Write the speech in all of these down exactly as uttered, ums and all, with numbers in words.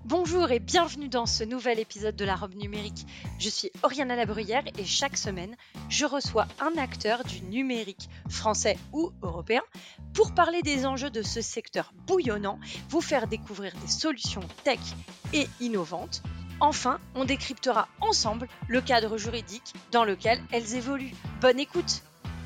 Bonjour et bienvenue dans ce nouvel épisode de la robe numérique. Je suis Oriana Labruyère et chaque semaine, je reçois un acteur du numérique, français ou européen, pour parler des enjeux de ce secteur bouillonnant, vous faire découvrir des solutions tech et innovantes. Enfin, on décryptera ensemble le cadre juridique dans lequel elles évoluent. Bonne écoute!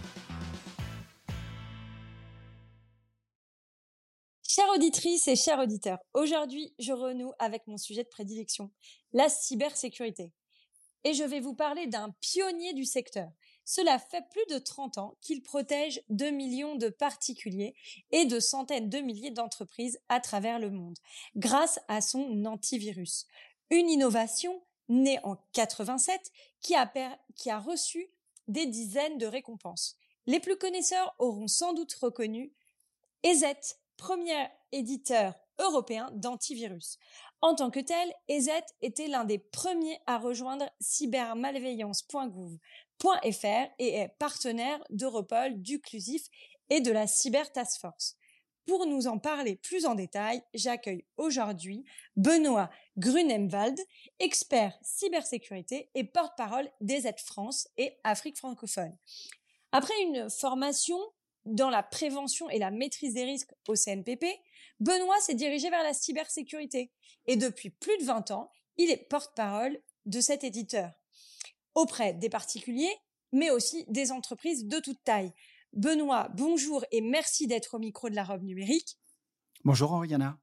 Chères auditrices et chers auditeurs, aujourd'hui, je renoue avec mon sujet de prédilection, la cybersécurité. Et je vais vous parler d'un pionnier du secteur. Cela fait plus de trente ans qu'il protège deux millions de particuliers et de centaines de milliers d'entreprises à travers le monde, grâce à son antivirus. Une innovation née en quatre-vingt-sept qui a, per- qui a reçu des dizaines de récompenses. Les plus connaisseurs auront sans doute reconnu E Z T, premier éditeur européen d'antivirus. En tant que tel, E Z T était l'un des premiers à rejoindre cybermalveillance point gouv point f r et est partenaire d'Europol, d'Uclusif et de la Cyber Task Force. Pour nous en parler plus en détail, j'accueille aujourd'hui Benoît Grunemwald, expert cybersécurité et porte-parole d'E Z T France et Afrique francophone. Après une formation dans la prévention et la maîtrise des risques au C N P P, Benoît s'est dirigé vers la cybersécurité et depuis plus de vingt ans, il est porte-parole de cet éditeur auprès des particuliers, mais aussi des entreprises de toute taille. Benoît, bonjour et merci d'être au micro de la robe numérique. Bonjour Oriana.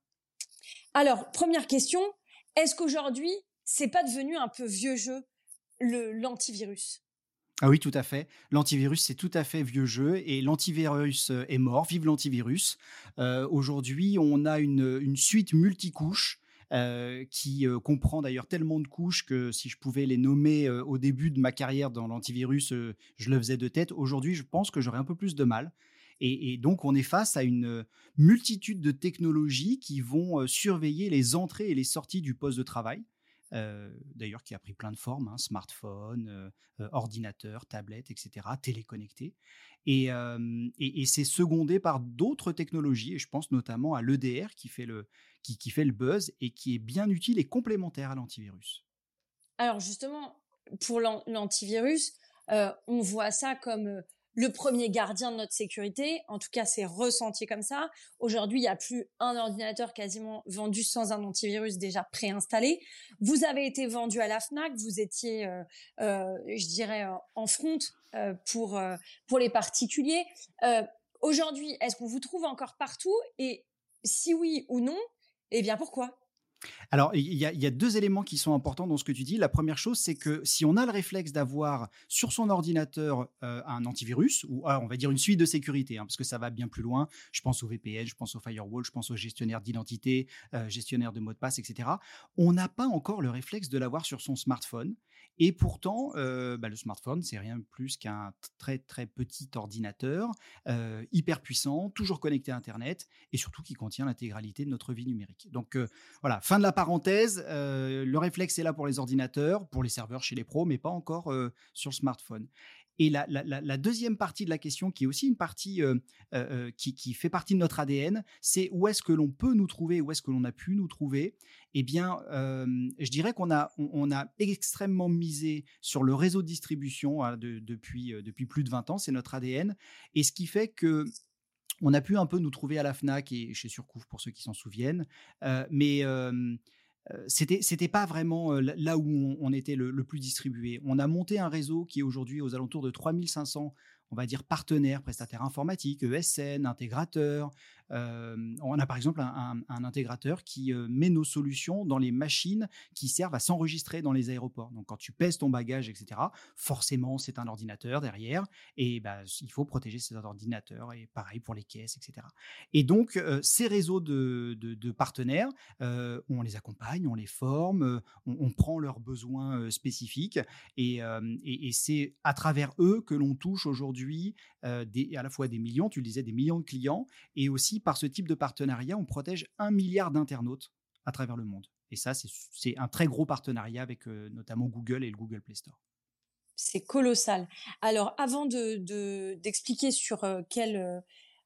Alors, première question, est-ce qu'aujourd'hui, c'est pas devenu un peu vieux jeu, le, l'antivirus ? Ah oui, tout à fait. L'antivirus, c'est tout à fait vieux jeu et l'antivirus est mort. Vive l'antivirus. Euh, aujourd'hui, on a une, une suite multicouche euh, qui euh, comprend d'ailleurs tellement de couches que si je pouvais les nommer euh, au début de ma carrière dans l'antivirus, euh, je le faisais de tête. Aujourd'hui, je pense que j'aurais un peu plus de mal. Et, et donc, on est face à une multitude de technologies qui vont surveiller les entrées et les sorties du poste de travail. Euh, d'ailleurs qui a pris plein de formes, hein, smartphone, euh, euh, ordinateur, tablette, et cetera, téléconnecté. Et, euh, et, et c'est secondé par d'autres technologies, et je pense notamment à l'E D R qui fait le, qui, qui fait le buzz et qui est bien utile et complémentaire à l'antivirus. Alors justement, pour l'an- l'antivirus, euh, on voit ça comme euh, le premier gardien de notre sécurité. En tout cas, c'est ressenti comme ça. Aujourd'hui, il n'y a plus un ordinateur quasiment vendu sans un antivirus déjà préinstallé. Vous avez été vendu à la Fnac, vous étiez, euh, euh, je dirais, euh, en front euh, pour euh, pour les particuliers. Euh, Aujourd'hui, est-ce qu'on vous trouve encore partout? Et si oui ou non, eh bien pourquoi? Alors, il y, a, il y a deux éléments qui sont importants dans ce que tu dis. La première chose, c'est que si on a le réflexe d'avoir sur son ordinateur euh, un antivirus, ou alors, on va dire une suite de sécurité, hein, parce que ça va bien plus loin, je pense au V P N, je pense au firewall, je pense au gestionnaire d'identité, euh, gestionnaire de mots de passe, et cetera. On n'a pas encore le réflexe de l'avoir sur son smartphone. Et pourtant, euh, bah, le smartphone, c'est rien de plus qu'un très très petit ordinateur, euh, hyper puissant, toujours connecté à Internet, et surtout qui contient l'intégralité de notre vie numérique. Donc euh, voilà, fin de la parenthèse, euh, le réflexe est là pour les ordinateurs, pour les serveurs chez les pros, mais pas encore euh, sur le smartphone. Et la, la, la, deuxième partie de la question, qui est aussi une partie euh, euh, qui, qui fait partie de notre A D N, c'est où est-ce que l'on peut nous trouver, où est-ce que l'on a pu nous trouver. Eh bien, euh, je dirais qu'on a, on, on a extrêmement misé sur le réseau de distribution hein, de, depuis, euh, depuis plus de vingt ans, c'est notre A D N. Et ce qui fait que on a pu un peu nous trouver à la Fnac et chez Surcouf pour ceux qui s'en souviennent, euh, mais euh, c'était c'était pas vraiment là où on, on était le, le plus distribué. On a monté un réseau qui est aujourd'hui aux alentours de trois mille cinq cents, on va dire partenaires, prestataires informatiques, E S N, intégrateurs. Euh, on a par exemple un, un, un intégrateur qui euh, met nos solutions dans les machines qui servent à s'enregistrer dans les aéroports. Donc quand tu pèses ton bagage, et cetera, forcément c'est un ordinateur derrière et bah, il faut protéger cet ordinateur et pareil pour les caisses, et cetera. Et donc euh, ces réseaux de, de, de partenaires, euh, on les accompagne, on les forme, euh, on, on prend leurs besoins euh, spécifiques et, euh, et, et c'est à travers eux que l'on touche aujourd'hui euh, des, à la fois des millions, tu le disais, des millions de clients et aussi par ce type de partenariat, on protège un milliard d'internautes à travers le monde. Et ça, c'est, c'est un très gros partenariat avec euh, notamment Google et le Google Play Store. C'est colossal. Alors, avant de, de d'expliquer sur euh, quel euh,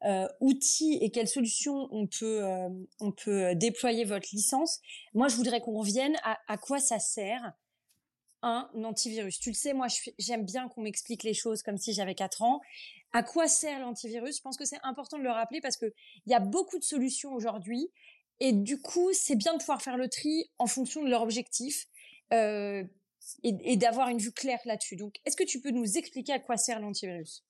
euh, outils et quelles solutions on peut, euh, on peut déployer votre licence, moi, je voudrais qu'on revienne à, à quoi ça sert un antivirus. Tu le sais, moi, je, j'aime bien qu'on m'explique les choses comme si j'avais quatre ans. À quoi sert l'antivirus? Je pense que c'est important de le rappeler parce que il y a beaucoup de solutions aujourd'hui et du coup, c'est bien de pouvoir faire le tri en fonction de leur objectif euh, et, et d'avoir une vue claire là-dessus. Donc, est-ce que tu peux nous expliquer à quoi sert l'antivirus?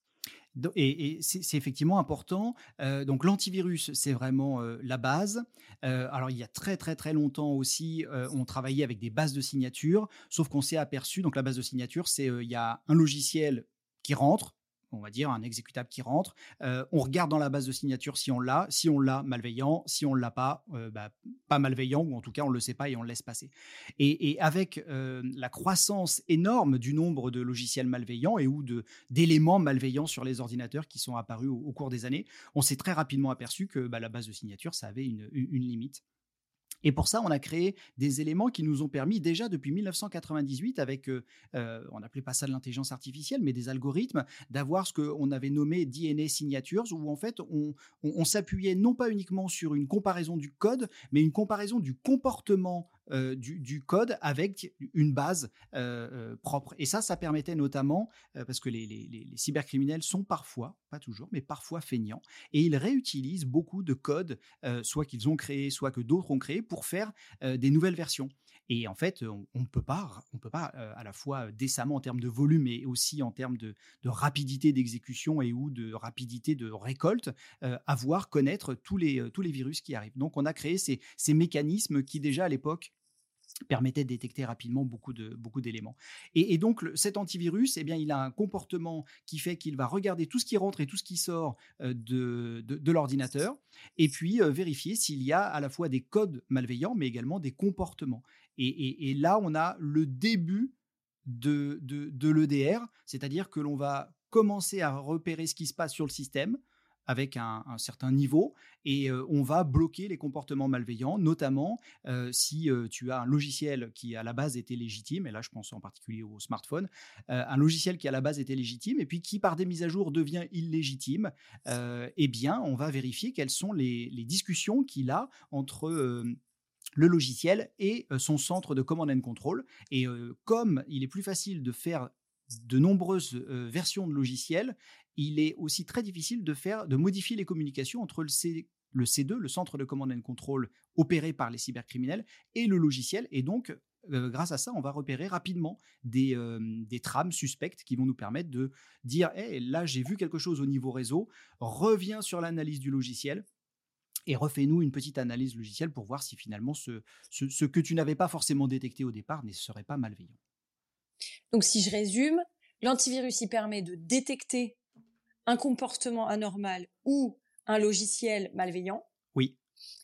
Et, et c'est, c'est effectivement important. Euh, donc l'antivirus, c'est vraiment euh, la base. Euh, alors il y a très très très longtemps aussi, euh, on travaillait avec des bases de signatures, sauf qu'on s'est aperçu, donc la base de signature, c'est euh, il y a un logiciel qui rentre, on va dire un exécutable qui rentre, euh, on regarde dans la base de signature si on l'a, si on l'a, malveillant, si on ne l'a pas, euh, bah, pas malveillant, ou en tout cas on ne le sait pas et on le laisse passer. Et, et avec euh, la croissance énorme du nombre de logiciels malveillants et ou de, d'éléments malveillants sur les ordinateurs qui sont apparus au, au cours des années, on s'est très rapidement aperçu que bah, la base de signature, ça avait une, une, une limite. Et pour ça, on a créé des éléments qui nous ont permis déjà depuis mille neuf cent quatre-vingt-dix-huit, avec, euh, on n'appelait pas ça de l'intelligence artificielle, mais des algorithmes, d'avoir ce qu'on avait nommé D N A signatures, où en fait, on, on, on s'appuyait non pas uniquement sur une comparaison du code, mais une comparaison du comportement euh, du, du code avec une base euh, euh, propre. Et ça, ça permettait notamment, euh, parce que les, les, les cybercriminels sont parfois, pas toujours, mais parfois feignants, et ils réutilisent beaucoup de codes, euh, soit qu'ils ont créé, soit que d'autres ont créé, pour faire euh, des nouvelles versions. Et en fait, on ne peut pas, on peut pas euh, à la fois décemment en termes de volume et aussi en termes de, de rapidité d'exécution et ou de rapidité de récolte, euh, avoir, connaître tous les, euh, tous les virus qui arrivent. Donc, on a créé ces, ces mécanismes qui, déjà à l'époque, permettait de détecter rapidement beaucoup, de, beaucoup d'éléments. Et, et donc, le, cet antivirus, eh bien, il a un comportement qui fait qu'il va regarder tout ce qui rentre et tout ce qui sort euh, de, de, de l'ordinateur, et puis euh, vérifier s'il y a à la fois des codes malveillants, mais également des comportements. Et, et, et là, on a le début de, de, de l'E D R, c'est-à-dire que l'on va commencer à repérer ce qui se passe sur le système, avec un, un certain niveau, et euh, on va bloquer les comportements malveillants, notamment euh, si euh, tu as un logiciel qui à la base était légitime, et là je pense en particulier au smartphone, euh, un logiciel qui à la base était légitime et puis qui par des mises à jour devient illégitime, euh, eh bien on va vérifier quelles sont les, les discussions qu'il a entre euh, le logiciel et euh, son centre de command and control. Et euh, comme il est plus facile de faire de nombreuses euh, versions de logiciels, il est aussi très difficile de, faire, de modifier les communications entre le, C, le C deux, le centre de command and control opéré par les cybercriminels, et le logiciel. Et donc, euh, grâce à ça, on va repérer rapidement des, euh, des trames suspectes qui vont nous permettre de dire hey, « là, j'ai vu quelque chose au niveau réseau, reviens sur l'analyse du logiciel ». Et refais-nous une petite analyse logicielle pour voir si finalement ce, ce, ce que tu n'avais pas forcément détecté au départ ne serait pas malveillant. Donc, si je résume, l'antivirus, il permet de détecter un comportement anormal ou un logiciel malveillant. Oui.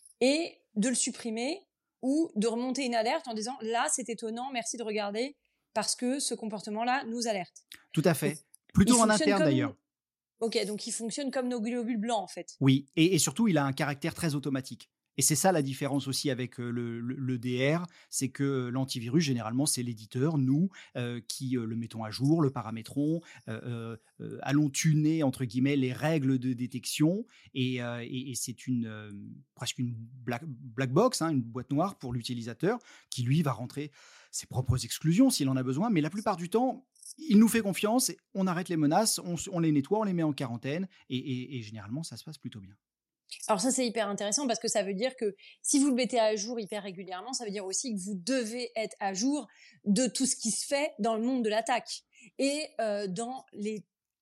Et de le supprimer ou de remonter une alerte en disant « là, c'est étonnant, merci de regarder parce que ce comportement-là nous alerte ». Tout à fait. Plutôt en interne, comme... d'ailleurs. Ok, donc il fonctionne comme nos globules blancs, en fait. Oui, et, et surtout, il a un caractère très automatique. Et c'est ça la différence aussi avec euh, le, le, le D R, c'est que l'antivirus, généralement, c'est l'éditeur, nous, euh, qui euh, le mettons à jour, le paramétrons, euh, euh, allons tuner, entre guillemets, les règles de détection, et, euh, et, et c'est une, euh, presque une black, black box, hein, une boîte noire pour l'utilisateur, qui, lui, va rentrer ses propres exclusions s'il en a besoin, mais la plupart du temps, il nous fait confiance, on arrête les menaces, on, on les nettoie, on les met en quarantaine, et, et, et généralement, ça se passe plutôt bien. Alors ça, c'est hyper intéressant parce que ça veut dire que si vous le mettez à jour hyper régulièrement, ça veut dire aussi que vous devez être à jour de tout ce qui se fait dans le monde de l'attaque et euh, dans les,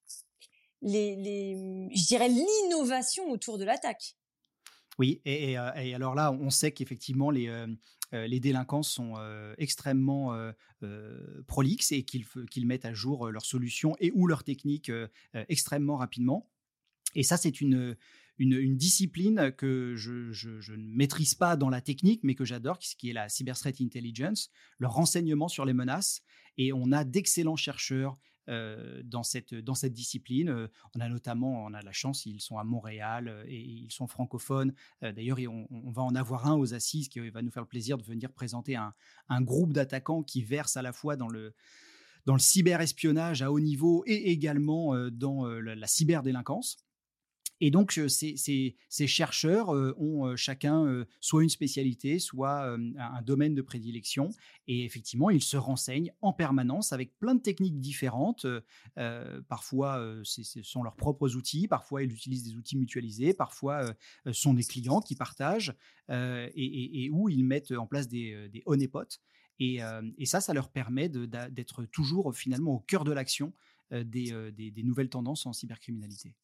les, les, je dirais l'innovation autour de l'attaque. Oui, et, et, et alors là, on sait qu'effectivement, les, euh, les délinquants sont euh, extrêmement euh, euh, prolixes et qu'ils, qu'ils mettent à jour leurs solutions et ou leurs techniques euh, extrêmement rapidement. Et ça, c'est une, une, une discipline que je, je, je ne maîtrise pas dans la technique, mais que j'adore, qui est la Cyber Threat Intelligence, le renseignement sur les menaces. Et on a d'excellents chercheurs euh, dans, cette, dans cette discipline. Euh, on a notamment, on a la chance, ils sont à Montréal euh, et ils sont francophones. Euh, d'ailleurs, on, on va en avoir un aux assises qui va nous faire le plaisir de venir présenter un, un groupe d'attaquants qui versent à la fois dans le... dans le cyberespionnage à haut niveau et également euh, dans euh, la, la cyberdélinquance. Et donc, euh, ces, ces- ces chercheurs euh, ont euh, chacun euh, soit une spécialité, soit euh, un un domaine de prédilection. Et effectivement, ils se renseignent en permanence avec plein de techniques différentes. Euh, euh, parfois, euh, c'est- ce sont leurs propres outils. Parfois, ils utilisent des outils mutualisés. Parfois, euh, euh, ce sont des clients qui partagent euh, et, et- et où ils mettent en place des, euh, des honeypots. Et, euh, et ça, ça leur permet de- d'a- d'être toujours finalement au cœur de l'action euh, des, euh, des des nouvelles tendances en cybercriminalité.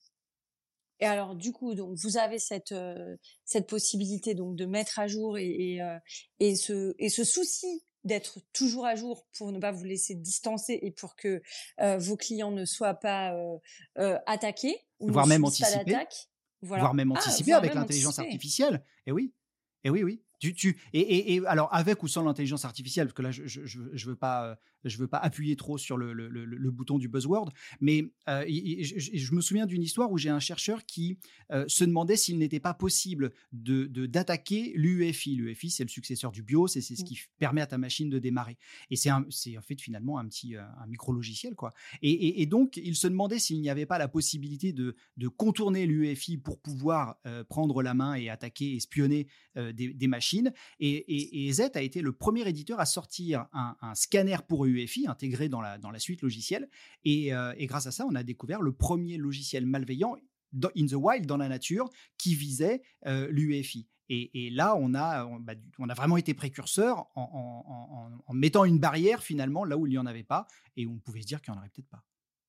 Et alors du coup, donc vous avez cette euh, cette possibilité donc de mettre à jour et et, euh, et ce et ce souci d'être toujours à jour pour ne pas vous laisser distancer et pour que euh, vos clients ne soient pas euh, euh, attaqués ou ne Voire même subissent pas anticiper, d'attaque. voire Voilà. même Ah, anticiper voire avec même l'intelligence anticiper. artificielle. Et oui, et oui, oui. Tu, tu, et, et, et alors avec ou sans l'intelligence artificielle, parce que là je je, je, je veux pas euh, je veux pas appuyer trop sur le, le, le, le bouton du buzzword, mais euh, et- et je, je- je me souviens d'une histoire où j'ai un chercheur qui euh, se demandait s'il n'était pas possible de de- d'attaquer l'U E F I. L'U E F I, c'est le successeur du BIOS et c'est ce Mm. qui f- permet à ta machine de démarrer. Et c'est un- c'est en fait finalement un petit euh, un micro logiciel quoi. Et, et- et donc il se demandait s'il n'y avait pas la possibilité de de contourner l'U E F I pour pouvoir euh, prendre la main et attaquer, espionner euh, des, des machines. Et, et- et Z a été le premier éditeur à sortir un, un scanner pour U E F I intégré dans la, dans la suite logicielle. Et, euh, et grâce à ça, on a découvert le premier logiciel malveillant dans- in the wild, dans la nature, qui visait euh, l'U E F I. Et, et là, on a, on, bah, on a vraiment été précurseur en, en- en- en mettant une barrière finalement là où il n'y en avait pas et où on pouvait se dire qu'il n'y en aurait peut-être pas.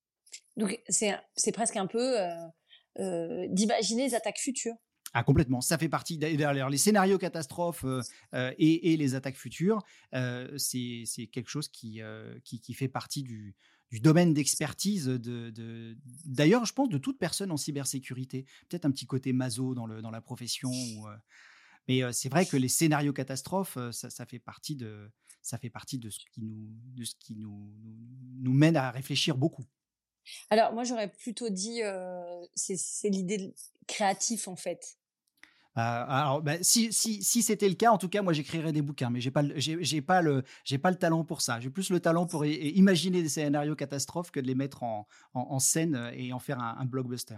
Donc c'est c'est presque un peu euh, euh, d'imaginer les attaques futures. Ah, complètement. Ça fait partie. D'ailleurs, les scénarios catastrophes euh, euh, et, et les attaques futures, euh, c'est c'est quelque chose qui, euh, qui, qui fait partie du, du domaine d'expertise. De, de- D'ailleurs, je pense de toute personne en cybersécurité. Peut-être un petit côté maso dans, le, dans la profession. Ou, euh, mais euh, c'est vrai que les scénarios catastrophes, euh, ça, ça fait partie de, ça fait partie de ce qui nous, de ce qui nous, nous, nous mène à réfléchir beaucoup. Alors moi j'aurais plutôt dit euh, c'est c'est l'idée de- créatif en fait. Euh, alors, bah, si, si, si c'était le cas, en tout cas, moi, j'écrirais des bouquins, mais j'ai pas, le- j'ai, j'ai pas le, j'ai pas le talent pour ça. J'ai plus le talent pour i- imaginer des scénarios catastrophes que de les mettre en, en, en scène euh, et en faire un, un blockbuster.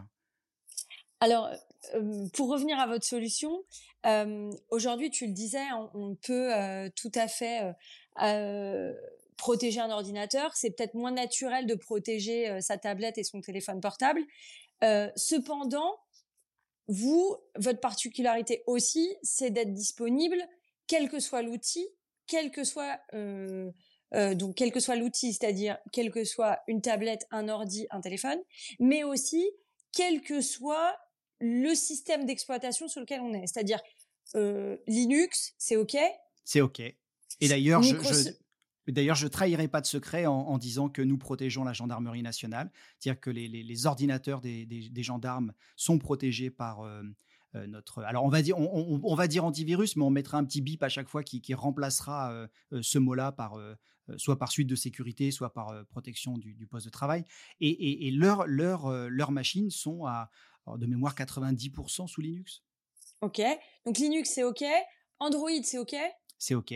Alors, euh, pour revenir à votre solution, euh, aujourd'hui, tu le disais, on, on peut euh, tout à fait euh, euh, protéger un ordinateur. C'est peut-être moins naturel de protéger euh, sa tablette et son téléphone portable. Euh, cependant, vous, votre particularité aussi, c'est d'être disponible, quel que soit l'outil, quel que soit euh, euh, donc quel que soit l'outil, c'est-à-dire quel que soit une tablette, un ordi, un téléphone, mais aussi quel que soit le système d'exploitation sur lequel on est. C'est-à-dire euh, Linux, c'est OK. C'est OK. Et d'ailleurs, je, je, Microsoft, d'ailleurs, je trahirai pas de secret en, en disant que nous protégeons la gendarmerie nationale. C'est-à-dire que les, les, les ordinateurs des, des, des gendarmes sont protégés par euh, euh, notre. Alors, on va dire, on, on, on va dire antivirus, mais on mettra un petit bip à chaque fois qui, qui remplacera euh, euh, ce mot-là par euh, euh, soit par suite de sécurité, soit par euh, protection du, du poste de travail. Et, et, et leurs leur, euh, leurs machines sont à, alors, de mémoire, quatre-vingt-dix pour cent sous Linux. OK. Donc Linux, c'est OK. Android, c'est OK. C'est OK,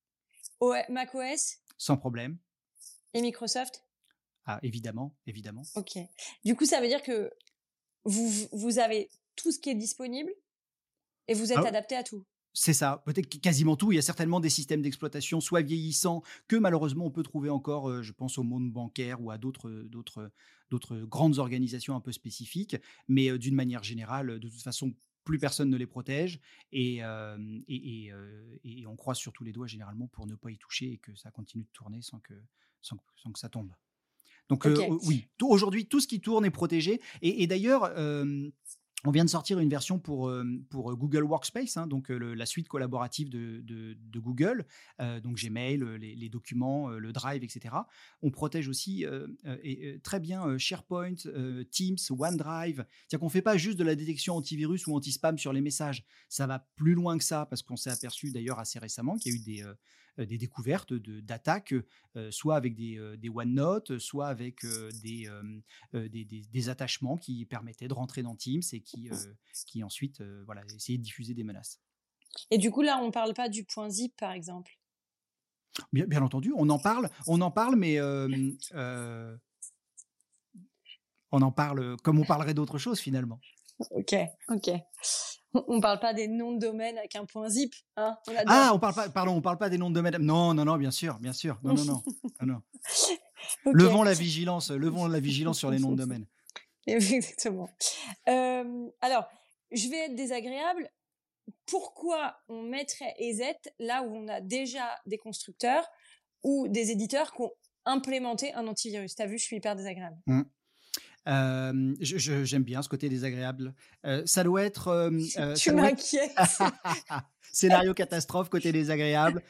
O- macOS sans problème. et Microsoft. Ah, évidemment, évidemment. OK. Du coup, ça veut dire que vous, vous avez tout ce qui est disponible et vous êtes Ah, adapté à tout. c'est ça, peut-être que quasiment tout. Il y a certainement des systèmes d'exploitation soit vieillissants que malheureusement on peut trouver encore, euh, je pense au monde bancaire ou à d'autres, d'autres, d'autres grandes organisations un peu spécifiques. Mais euh, d'une manière générale, de toute façon, plus personne ne les protège et, euh, et, et, euh, et on croise sur tous les doigts généralement pour ne pas y toucher et que ça continue de tourner sans que, sans, que- sans que ça tombe. Donc euh, OK. oui, tout- aujourd'hui, tout ce qui tourne est protégé. Et, et d'ailleurs, euh, on vient de sortir une version pour, euh, pour Google Workspace, hein, donc euh, le- la suite collaborative de, de- de Google, euh, donc Gmail, euh, les, les documents, euh, le Drive, et cetera. On protège aussi euh, euh, et, euh, très bien euh, SharePoint, euh, Teams, OneDrive. C'est-à-dire qu'on ne fait pas juste de la détection antivirus ou anti-spam sur les messages. Ça va plus loin que ça, parce qu'on s'est aperçu d'ailleurs assez récemment qu'il y a eu des, euh, des découvertes de, d'attaques, euh, soit avec des, euh, des OneNote, soit avec euh, des, euh, euh, des, des, des attachements qui permettaient de rentrer dans Teams et qui, euh, qui ensuite euh, voilà, essayaient de diffuser des menaces. Et du coup, là, on parle pas du point zip, par exemple. Bien, bien entendu, on en parle, on en parle, mais euh, euh, on en parle comme on parlerait d'autre chose finalement. Ok, ok. On ne parle pas des noms de domaine avec un point zip, hein. On ah, on parle pas, pardon, on parle pas des noms de domaine. Non, non, non, bien sûr, bien sûr. Non, non, non, non, non. Ok. Levons la vigilance, levons la vigilance sur les noms de domaine. Exactement. Euh, alors, je vais être désagréable. Pourquoi on mettrait E Z là où on a déjà des constructeurs ou des éditeurs qui ont implémenté un antivirus? T'as vu, je suis hyper désagréable. Mmh. Euh, je, je, j'aime bien ce côté désagréable. Euh, ça doit être. Euh, euh, Tu ça doit être... m'inquiètes. Scénario catastrophe, côté désagréable.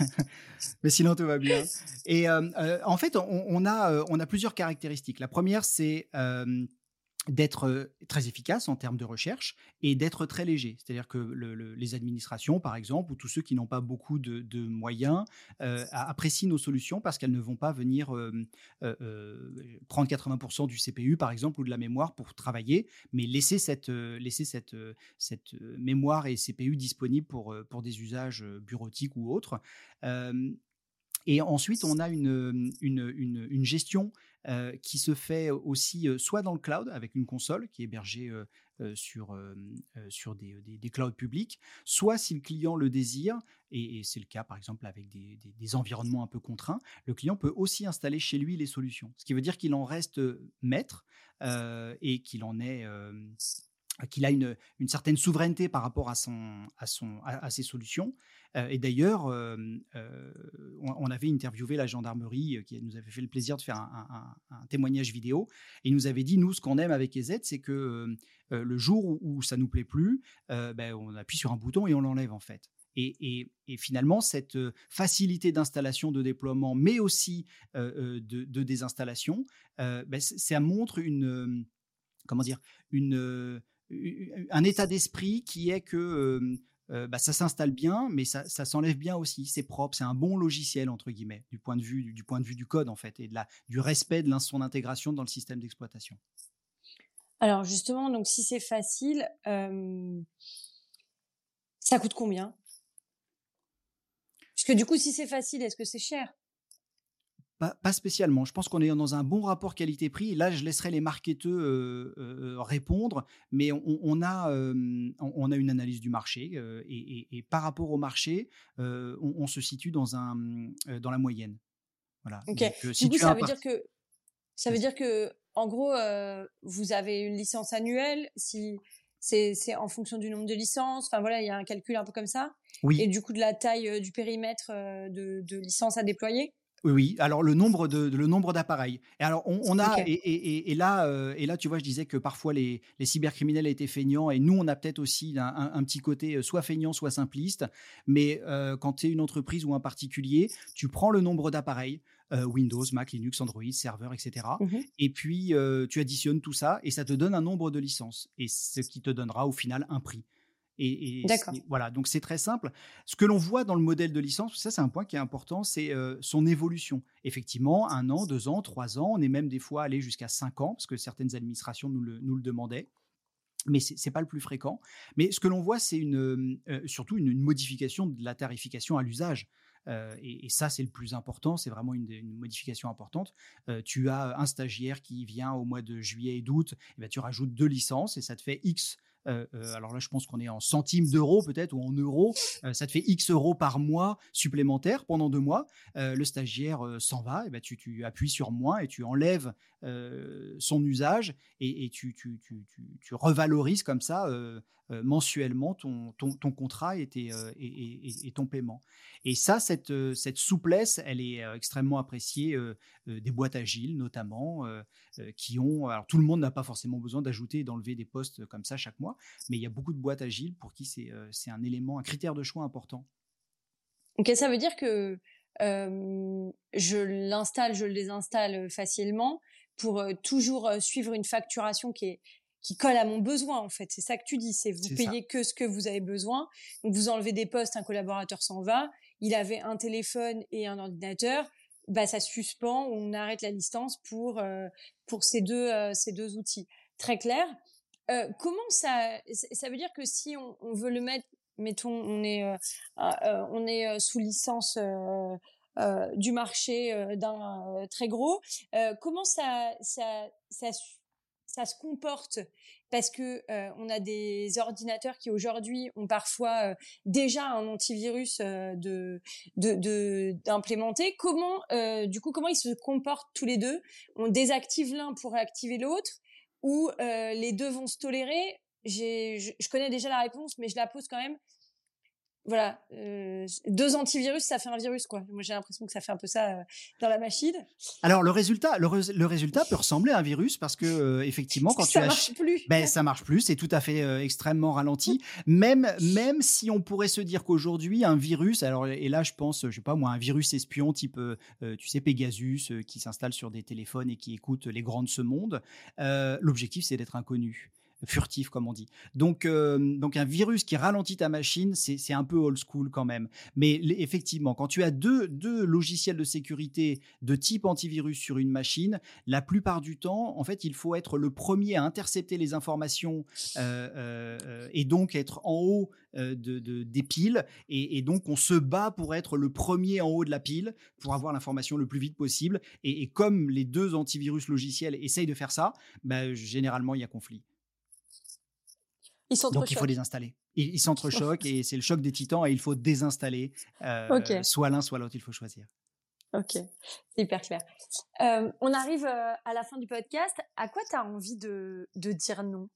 Mais sinon, tout va bien. Et euh, euh, en fait, on, on, a, euh, on a plusieurs caractéristiques. La première, c'est euh, d'être euh, très efficace en termes de recherche et d'être très léger. C'est-à-dire que le, le, les administrations, par exemple, ou tous ceux qui n'ont pas beaucoup de, de moyens, euh, apprécient nos solutions parce qu'elles ne vont pas venir euh, euh, euh, prendre quatre-vingts pour cent du C P U, par exemple, ou de la mémoire pour travailler, mais laisser cette, euh, laisser cette, euh, cette mémoire et C P U disponibles pour, euh, pour des usages bureautiques ou autres. Euh, Et ensuite, on a une, une, une, une gestion euh, qui se fait aussi euh, soit dans le cloud avec une console qui est hébergée euh, euh, sur, euh, sur des, des, des clouds publics, soit si le client le désire, et, et c'est le cas par exemple avec des, des, des environnements un peu contraints, le client peut aussi installer chez lui les solutions. Ce qui veut dire qu'il en reste maître euh, et qu'il en est... Euh, qu'il a une, une certaine souveraineté par rapport à, son, à, son, à, à ses solutions. Euh, et d'ailleurs, euh, euh, on, on avait interviewé la gendarmerie qui nous avait fait le plaisir de faire un, un, un témoignage vidéo. Et il nous avait dit, nous, ce qu'on aime avec E Z, c'est que euh, le jour où, où ça ne nous plaît plus, euh, ben, on appuie sur un bouton et on l'enlève en fait. Et, et, et, finalement, cette facilité d'installation, de déploiement, mais aussi euh, de, de désinstallation, euh, ben, ça montre une, comment dire, une, un état d'esprit qui est que euh, euh, bah, ça s'installe bien, mais ça, ça s'enlève bien aussi. C'est propre, c'est un bon logiciel entre guillemets du point de vue du, du point de vue du code en fait et de la, du respect de son intégration dans le système d'exploitation. Alors justement, donc si c'est facile, euh, ça coûte combien? Parce que du coup, si c'est facile, est-ce que c'est cher? Pas, pas spécialement. Je pense qu'on est dans un bon rapport qualité-prix. Là, je laisserai les marketeurs euh, euh, répondre, mais on, on, a, euh, on a une analyse du marché euh, et, et, et par rapport au marché, euh, on, on se situe dans, un, euh, dans la moyenne. Voilà. Ok. Donc, euh, Du si coup, tu as ça un veut dire parti... que ça veut dire que en gros, euh, vous avez une licence annuelle. Si c'est c'est en fonction du nombre de licences. Enfin voilà, il y a un calcul un peu comme ça. Oui. Et du coup, de la taille euh, du périmètre euh, de, de licences à déployer. Oui, oui. Alors le nombre de, de le nombre d'appareils. Et alors on, on a Ok. et, et, et là euh, et là tu vois je disais que parfois les, les cybercriminels étaient feignants et nous on a peut-être aussi un, un, un petit côté soit feignant soit simpliste. Mais euh, quand tu es une entreprise ou un particulier, tu prends le nombre d'appareils euh, Windows, Mac, Linux, Android, serveur, et cetera. Mm-hmm. Et puis euh, tu additionnes tout ça et ça te donne un nombre de licences et ce qui te donnera au final un prix. Et, et voilà, donc c'est très simple. Ce que l'on voit dans le modèle de licence, ça c'est un point qui est important, c'est euh, son évolution. Effectivement, un an, deux ans, trois ans, on est même des fois allé jusqu'à cinq ans, parce que certaines administrations nous le, nous le demandaient. Mais ce n'est pas le plus fréquent. Mais ce que l'on voit, c'est une, euh, surtout une, une modification de la tarification à l'usage. Euh, et, et ça, c'est le plus important. C'est vraiment une, une modification importante. Euh, tu as un stagiaire qui vient au mois de juillet et d'août, et ben, tu rajoutes deux licences et ça te fait X. Euh, euh, alors là, je pense qu'on est en centimes d'euros peut-être ou en euros. Euh, ça te fait X euros par mois supplémentaires pendant deux mois. Euh, le stagiaire euh, s'en va, et ben, tu, tu appuies sur moins et tu enlèves euh, son usage et, et tu, tu, tu, tu, tu revalorises comme ça euh, euh, mensuellement ton, ton, ton contrat et, tes, euh, et, et, et ton paiement. Et ça, cette, euh, cette souplesse, elle est euh, extrêmement appréciée euh, euh, des boîtes agiles notamment, euh, euh, qui ont... Alors tout le monde n'a pas forcément besoin d'ajouter et d'enlever des postes comme ça chaque mois, mais il y a beaucoup de boîtes agiles pour qui c'est euh, c'est un élément, un critère de choix important. Ok, ça veut dire que euh, je l'installe, je le désinstalle facilement pour euh, toujours euh, suivre une facturation qui est qui colle à mon besoin en fait. C'est ça que tu dis, c'est vous C'est payez ça. que ce que vous avez besoin. Donc vous enlevez des postes, un collaborateur s'en va, il avait un téléphone et un ordinateur, bah ça suspend, on arrête la licence pour euh, pour ces deux euh, ces deux outils. Très clair. Euh, comment ça ça veut dire que si on, on veut le mettre, mettons on est euh, euh, on est sous licence euh, euh, du marché euh, d'un euh, très gros, euh, comment ça ça ça ça se comporte parce que euh, on a des ordinateurs qui aujourd'hui ont parfois euh, déjà un antivirus euh, de, de, de d'implémenter. Comment, euh, du coup, comment ils se comportent tous les deux? On désactive l'un pour réactiver l'autre, ou euh, les deux vont se tolérer? J'ai, je, je connais déjà la réponse, mais je la pose quand même. Voilà, euh, deux antivirus, ça fait un virus, quoi. Moi, j'ai l'impression que ça fait un peu ça euh, dans la machine. Alors le résultat, le, re- le résultat peut ressembler à un virus parce que euh, effectivement, quand ça tu marche as, plus. ben ça marche plus, c'est tout à fait euh, extrêmement ralenti. Même même si on pourrait se dire qu'aujourd'hui un virus, alors et là je pense, je sais pas moi, un virus espion type, euh, euh, tu sais Pegasus euh, qui s'installe sur des téléphones et qui écoute les grands de ce monde. Euh, l'objectif c'est d'être inconnu. Furtif comme on dit. Donc, euh, donc un virus qui ralentit ta machine, c'est, c'est un peu old school quand même. Mais l- effectivement, quand tu as deux, deux logiciels de sécurité de type antivirus sur une machine, la plupart du temps, en fait, il faut être le premier à intercepter les informations euh, euh, et donc être en haut euh, de, de, des piles. Et, et donc, on se bat pour être le premier en haut de la pile pour avoir l'information le plus vite possible. Et, et comme les deux antivirus logiciels essayent de faire ça, bah, généralement, il y a conflit. Ils Donc, il faut s'entrechoquent. désinstaller. Ils, ils s'entrechoquent et c'est le choc des titans et il faut désinstaller Ok, euh, soit l'un, soit l'autre, il faut choisir. ok, c'est hyper clair. Euh, on arrive euh, à la fin du podcast. À quoi tu as envie de, de dire non?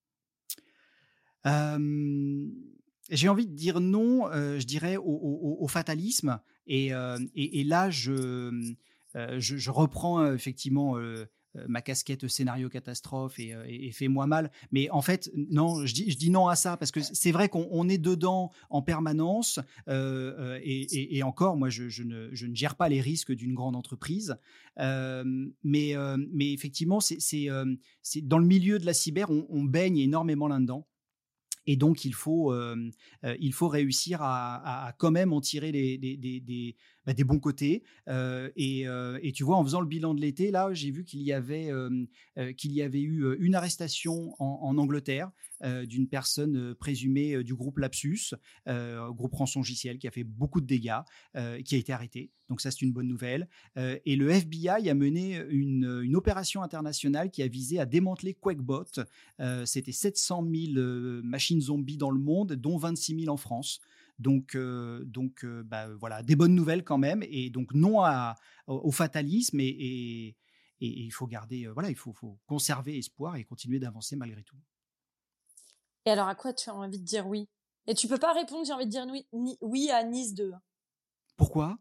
Euh, j'ai envie de dire non, euh, je dirais, au, au, au fatalisme. Et, euh, et, et là, je, euh, je, je reprends euh, effectivement euh, euh, ma casquette scénario catastrophe et, euh, et, et fais-moi mal. Mais en fait, non, je dis, je dis non à ça parce que c'est vrai qu'on on est dedans en permanence. Euh, euh, et, et, et encore, moi, je, je, ne, je ne gère pas les risques d'une grande entreprise. Euh, mais, euh, mais effectivement, c'est, c'est, euh, c'est dans le milieu de la cyber, on, on baigne énormément là-dedans. Et donc, il faut, euh, euh, il faut réussir à, à, à quand même en tirer des, des, des, des, bah, des bons côtés. Euh, et, euh, et tu vois, en faisant le bilan de l'été, là, j'ai vu qu'il y avait, euh, euh, qu'il y avait eu une arrestation en, en Angleterre euh, d'une personne présumée du groupe Lapsus, euh, groupe rançongiciel, qui a fait beaucoup de dégâts, euh, qui a été arrêté. Donc ça, c'est une bonne nouvelle. Euh, et le F B I a mené une, une opération internationale qui a visé à démanteler Quakebot. Euh, c'était sept cent mille euh, machines zombies dans le monde, dont vingt-six mille en France. Donc, euh, donc euh, bah, voilà, des bonnes nouvelles quand même. Et donc, non à, au, au fatalisme. Et, et, et, et il faut garder, euh, voilà, il faut, faut conserver espoir et continuer d'avancer malgré tout. Et alors, à quoi tu as envie de dire oui? Et tu peux pas répondre, j'ai envie de dire oui, ni, oui à Nice deux. Pourquoi?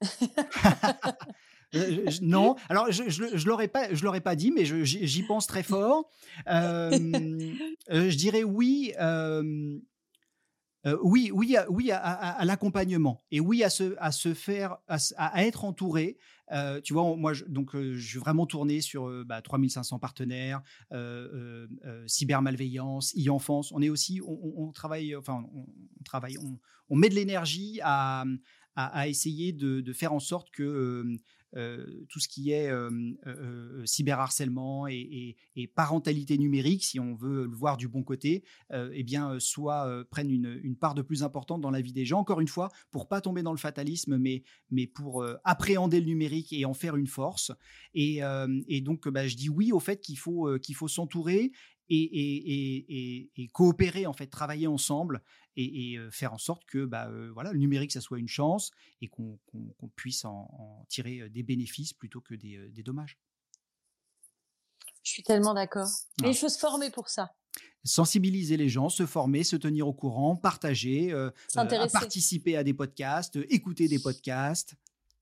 Euh, je, non, alors je, je, je l'aurais pas, je l'aurais pas dit, mais je, j'y pense très fort. Euh, euh, je dirais oui. Euh, Euh, oui, oui, à, oui à, à, à l'accompagnement et oui à se, à se faire, à, à être entouré. Euh, tu vois, moi, je, donc, euh, je suis vraiment tourné sur euh, bah, trois mille cinq cents partenaires, euh, euh, euh, cybermalveillance, e-enfance. On est aussi, on, on, on travaille, enfin, on, on travaille, on, on met de l'énergie à, à, à essayer de, de faire en sorte que euh, euh, tout ce qui est euh, euh, cyberharcèlement et, et, et parentalité numérique, si on veut le voir du bon côté, euh, eh bien, soit euh, prennent une, une part de plus importante dans la vie des gens. Encore une fois, pour pas tomber dans le fatalisme, mais, mais pour euh, appréhender le numérique et en faire une force. Et, euh, et donc, bah, je dis oui au fait qu'il faut, euh, qu'il faut s'entourer et, et, et, et, et coopérer, en fait, travailler ensemble et, et euh, faire en sorte que bah, euh, voilà, le numérique, ça soit une chance et qu'on, qu'on, qu'on puisse en, en tirer des bénéfices plutôt que des, euh, des dommages. Je suis tellement d'accord. Mais Ah. il faut se former pour ça. Sensibiliser les gens, se former, se tenir au courant, partager, euh, euh, à participer à des podcasts, euh, écouter des podcasts.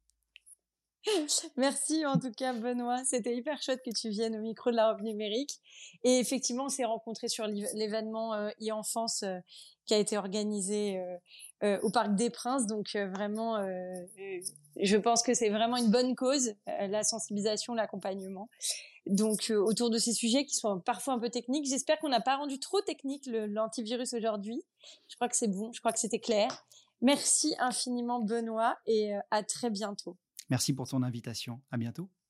Merci en tout cas Benoît, c'était hyper chouette que tu viennes au micro de la Robe Numérique. Et effectivement, on s'est rencontrés sur l'événement euh, e-enfance euh, qui a été organisé euh, euh, au Parc des Princes. Donc euh, vraiment, euh, je pense que c'est vraiment une bonne cause, euh, la sensibilisation, l'accompagnement. Donc euh, autour de ces sujets qui sont parfois un peu techniques. J'espère qu'on n'a pas rendu trop technique le, l'antivirus aujourd'hui. Je crois que c'est bon, je crois que c'était clair. Merci infiniment Benoît et euh, à très bientôt. Merci pour ton invitation. À bientôt.